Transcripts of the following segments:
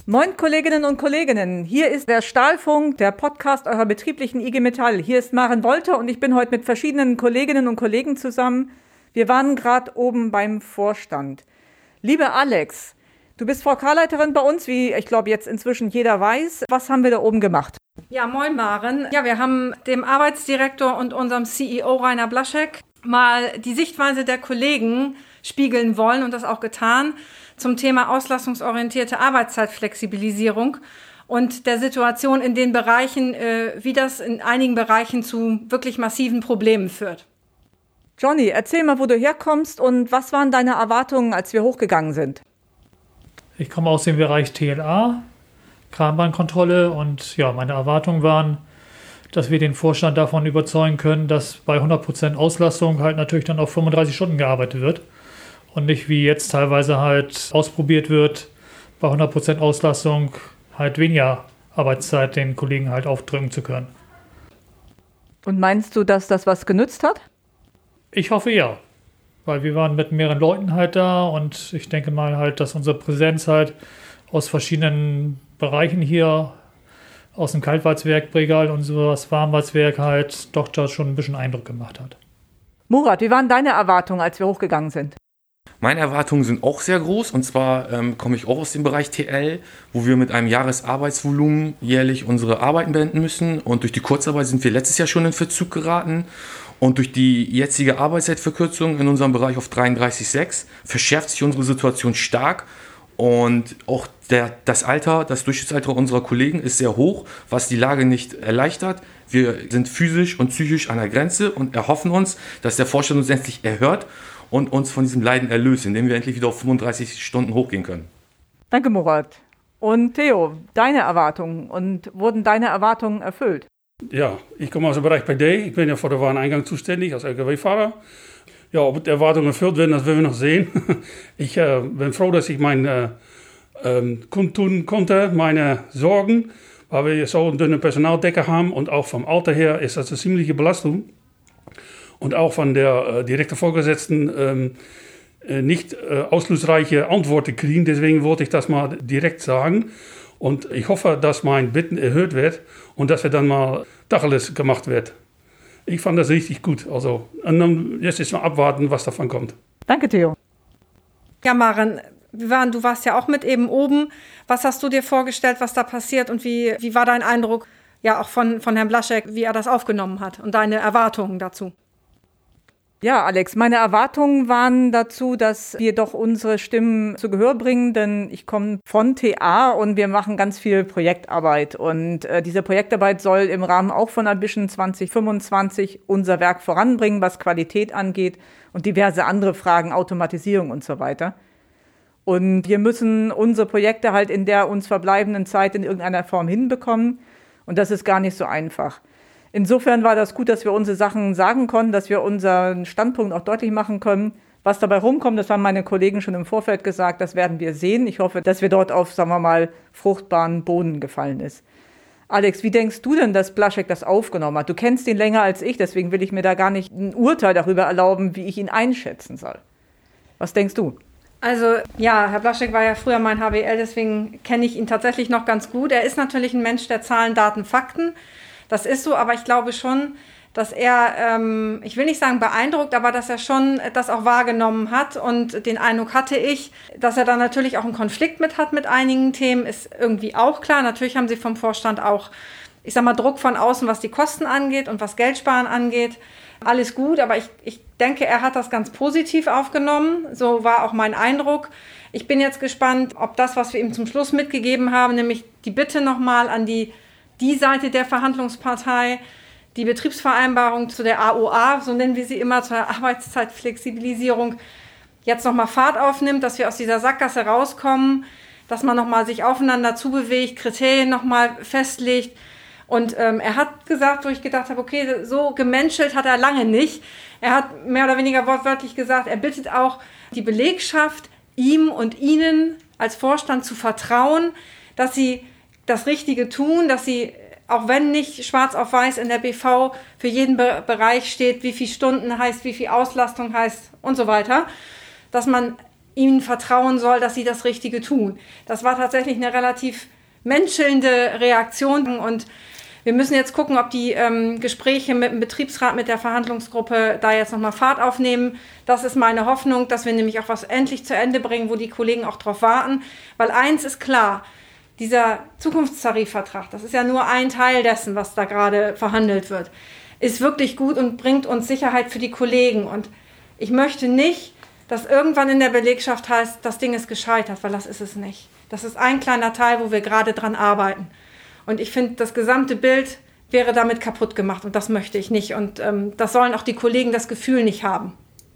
Moin Kolleginnen und Kollegen, hier ist der Stahlfunk, der Podcast eurer betrieblichen IG Metall. Hier ist Maren Wolter und ich bin heute mit verschiedenen Kolleginnen und Kollegen zusammen. Wir waren gerade oben beim Vorstand. Liebe Alex, du bist VK-Leiterin bei uns, wie ich glaube jetzt inzwischen jeder weiß. Was haben wir da oben gemacht? Ja, moin Maren. Ja, wir haben dem Arbeitsdirektor und unserem CEO Rainer Blaschek mal die Sichtweise der Kollegen spiegeln wollen und das auch getan zum Thema auslastungsorientierte Arbeitszeitflexibilisierung und der Situation in den Bereichen, wie das in einigen Bereichen zu wirklich massiven Problemen führt. Johnny, erzähl mal, wo du herkommst und was waren deine Erwartungen, als wir hochgegangen sind? Ich komme aus dem Bereich TLA, Kranbahnkontrolle, und ja, meine Erwartungen waren, dass wir den Vorstand davon überzeugen können, dass bei 100% Auslastung halt natürlich dann auf 35 Stunden gearbeitet wird. Und nicht wie jetzt teilweise halt ausprobiert wird, bei 100% Auslastung halt weniger Arbeitszeit den Kollegen halt aufdrücken zu können. Und meinst du, dass das was genützt hat? Ich hoffe ja, weil wir waren mit mehreren Leuten halt da und ich denke mal halt, dass unsere Präsenz halt aus verschiedenen Bereichen hier, aus dem Kaltwalzwerk, Bregal und so das Warmwalzwerk halt doch da schon ein bisschen Eindruck gemacht hat. Murat, wie waren deine Erwartungen, als wir hochgegangen sind? Meine Erwartungen sind auch sehr groß, und zwar komme ich auch aus dem Bereich TL, wo wir mit einem Jahresarbeitsvolumen jährlich unsere Arbeiten beenden müssen, und durch die Kurzarbeit sind wir letztes Jahr schon in Verzug geraten, und durch die jetzige Arbeitszeitverkürzung in unserem Bereich auf 33,6 verschärft sich unsere Situation stark, und auch das Durchschnittsalter unserer Kollegen ist sehr hoch, was die Lage nicht erleichtert. Wir sind physisch und psychisch an der Grenze und erhoffen uns, dass der Vorstand uns endlich erhört und uns von diesem Leiden erlöst, indem wir endlich wieder auf 35 Stunden hochgehen können. Danke, Murat. Und Theo, deine Erwartungen, und wurden deine Erwartungen erfüllt? Ja, ich komme aus dem Bereich PD. Ich bin ja für den Wareneingang zuständig als LKW-Fahrer. Ja, ob die Erwartungen erfüllt werden, das werden wir noch sehen. Ich bin froh, dass ich meine kundtun konnte, meine Sorgen, weil wir so eine dünne Personaldecke haben, und auch vom Alter her ist das eine ziemliche Belastung. Und auch von der direkten Vorgesetzten nicht aufschlussreiche Antworten kriegen. Deswegen wollte ich das mal direkt sagen. Und ich hoffe, dass mein Bitten erhöht wird und dass wir dann mal Tacheles gemacht wird. Ich fand das richtig gut. Also, und dann jetzt ist mal abwarten, was davon kommt. Danke, Theo. Ja, Maren, du warst ja auch mit eben oben. Was hast du dir vorgestellt, was da passiert, und wie war dein Eindruck, ja auch von Herrn Blaschek, wie er das aufgenommen hat und deine Erwartungen dazu? Ja, Alex, meine Erwartungen waren dazu, dass wir doch unsere Stimmen zu Gehör bringen, denn ich komme von TA und wir machen ganz viel Projektarbeit, und diese Projektarbeit soll im Rahmen auch von Ambition 2025 unser Werk voranbringen, was Qualität angeht und diverse andere Fragen, Automatisierung und so weiter. Und wir müssen unsere Projekte halt in der uns verbleibenden Zeit in irgendeiner Form hinbekommen, und das ist gar nicht so einfach. Insofern war das gut, dass wir unsere Sachen sagen konnten, dass wir unseren Standpunkt auch deutlich machen können. Was dabei rumkommt, das haben meine Kollegen schon im Vorfeld gesagt, das werden wir sehen. Ich hoffe, dass wir dort auf, sagen wir mal, fruchtbaren Boden gefallen ist. Alex, wie denkst du denn, dass Blaschek das aufgenommen hat? Du kennst ihn länger als ich, deswegen will ich mir da gar nicht ein Urteil darüber erlauben, wie ich ihn einschätzen soll. Was denkst du? Also ja, Herr Blaschek war ja früher mein HBL, deswegen kenne ich ihn tatsächlich noch ganz gut. Er ist natürlich ein Mensch der Zahlen, Daten, Fakten. Das ist so, aber ich glaube schon, dass er, ich will nicht sagen beeindruckt, aber dass er schon das auch wahrgenommen hat, und den Eindruck hatte ich, dass er da natürlich auch einen Konflikt mit hat mit einigen Themen, ist irgendwie auch klar. Natürlich haben sie vom Vorstand auch, ich sag mal, Druck von außen, was die Kosten angeht und was Geldsparen angeht. Alles gut, aber ich denke, er hat das ganz positiv aufgenommen. So war auch mein Eindruck. Ich bin jetzt gespannt, ob das, was wir ihm zum Schluss mitgegeben haben, nämlich die Bitte nochmal an die Seite der Verhandlungspartei, die Betriebsvereinbarung zu der AOA, so nennen wir sie immer, zur Arbeitszeitflexibilisierung, jetzt nochmal Fahrt aufnimmt, dass wir aus dieser Sackgasse rauskommen, dass man nochmal sich aufeinander zubewegt, Kriterien nochmal festlegt. Und er hat gesagt, wo ich gedacht habe, okay, so gemenschelt hat er lange nicht. Er hat mehr oder weniger wortwörtlich gesagt, er bittet auch die Belegschaft, ihm und Ihnen als Vorstand zu vertrauen, dass sie das Richtige tun, dass sie, auch wenn nicht schwarz auf weiß in der BV für jeden Bereich steht, wie viel Stunden heißt, wie viel Auslastung heißt und so weiter, dass man ihnen vertrauen soll, dass sie das Richtige tun. Das war tatsächlich eine relativ menschelnde Reaktion und wir müssen jetzt gucken, ob die Gespräche mit dem Betriebsrat, mit der Verhandlungsgruppe da jetzt nochmal Fahrt aufnehmen. Das ist meine Hoffnung, dass wir nämlich auch was endlich zu Ende bringen, wo die Kollegen auch drauf warten. Weil eins ist klar, dieser Zukunftstarifvertrag, das ist ja nur ein Teil dessen, was da gerade verhandelt wird, ist wirklich gut und bringt uns Sicherheit für die Kollegen. Und ich möchte nicht, dass irgendwann in der Belegschaft heißt, das Ding ist gescheitert, weil das ist es nicht. Das ist ein kleiner Teil, wo wir gerade dran arbeiten. Und ich finde, das gesamte Bild wäre damit kaputt gemacht und das möchte ich nicht. Und das sollen auch die Kollegen das Gefühl nicht haben.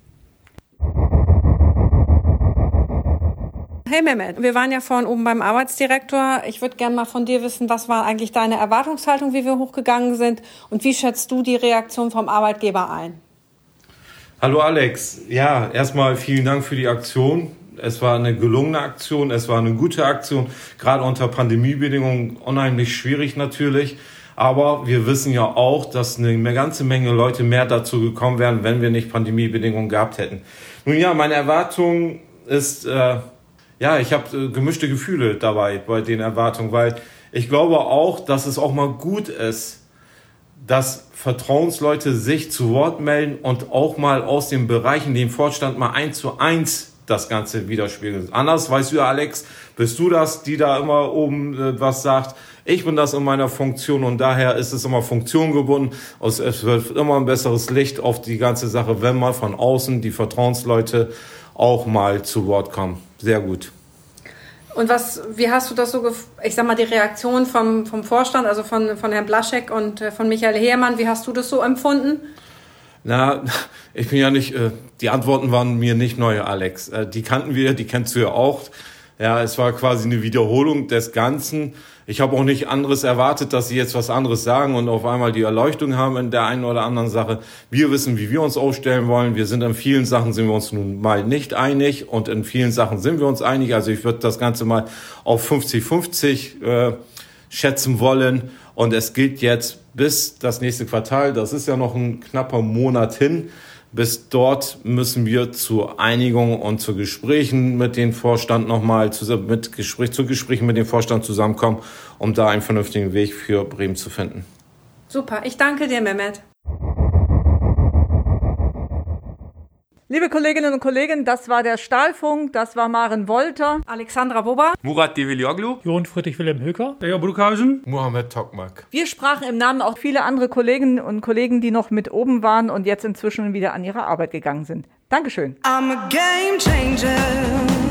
Hey Mehmet, wir waren ja vorhin oben beim Arbeitsdirektor. Ich würde gerne mal von dir wissen, was war eigentlich deine Erwartungshaltung, wie wir hochgegangen sind und wie schätzt du die Reaktion vom Arbeitgeber ein? Hallo Alex, ja, erstmal vielen Dank für die Aktion. Es war eine gelungene Aktion, es war eine gute Aktion, gerade unter Pandemiebedingungen unheimlich schwierig natürlich. Aber wir wissen ja auch, dass eine ganze Menge Leute mehr dazu gekommen wären, wenn wir nicht Pandemiebedingungen gehabt hätten. Nun ja, meine Erwartung ist, ich habe gemischte Gefühle dabei bei den Erwartungen, weil ich glaube auch, dass es auch mal gut ist, dass Vertrauensleute sich zu Wort melden und auch mal aus den Bereichen, den Vorstand mal 1:1 das Ganze widerspiegeln. Anders, weißt du ja, Alex, bist du das, die da immer oben was sagt. Ich bin das in meiner Funktion und daher ist es immer funktiongebunden. Es wird immer ein besseres Licht auf die ganze Sache, wenn mal von außen die Vertrauensleute auch mal zu Wort kommen. Sehr gut. Und wie hast du das so, die Reaktion vom Vorstand, also von Herrn Blaschek und von Michael Heermann, wie hast du das so empfunden? Na, ich bin ja nicht, die Antworten waren mir nicht neu, Alex. Die kannten wir, die kennst du ja auch. Ja, es war quasi eine Wiederholung des Ganzen. Ich habe auch nicht anderes erwartet, dass sie jetzt was anderes sagen und auf einmal die Erleuchtung haben in der einen oder anderen Sache. Wir wissen, wie wir uns aufstellen wollen. Wir sind in vielen Sachen, sind wir uns nun mal nicht einig und in vielen Sachen sind wir uns einig. Also ich würde das Ganze mal auf 50-50 schätzen wollen. Und es gilt jetzt bis das nächste Quartal, das ist ja noch ein knapper Monat hin, bis dort müssen wir zu Einigung und zu Gesprächen mit dem Vorstand nochmal, zu Gesprächen mit dem Vorstand zusammenkommen, um da einen vernünftigen Weg für Bremen zu finden. Super, ich danke dir, Mehmet. Liebe Kolleginnen und Kollegen, das war der Stahlfunk, das war Maren Wolter, Alexandra Boba, Murat Develioglu, Jon Friedrich Wilhelm Höker, Leo Bruckhausen, Mohamed Tokmak. Wir sprachen im Namen auch viele andere Kolleginnen und Kollegen, die noch mit oben waren und jetzt inzwischen wieder an ihre Arbeit gegangen sind. Dankeschön. I'm a game changer.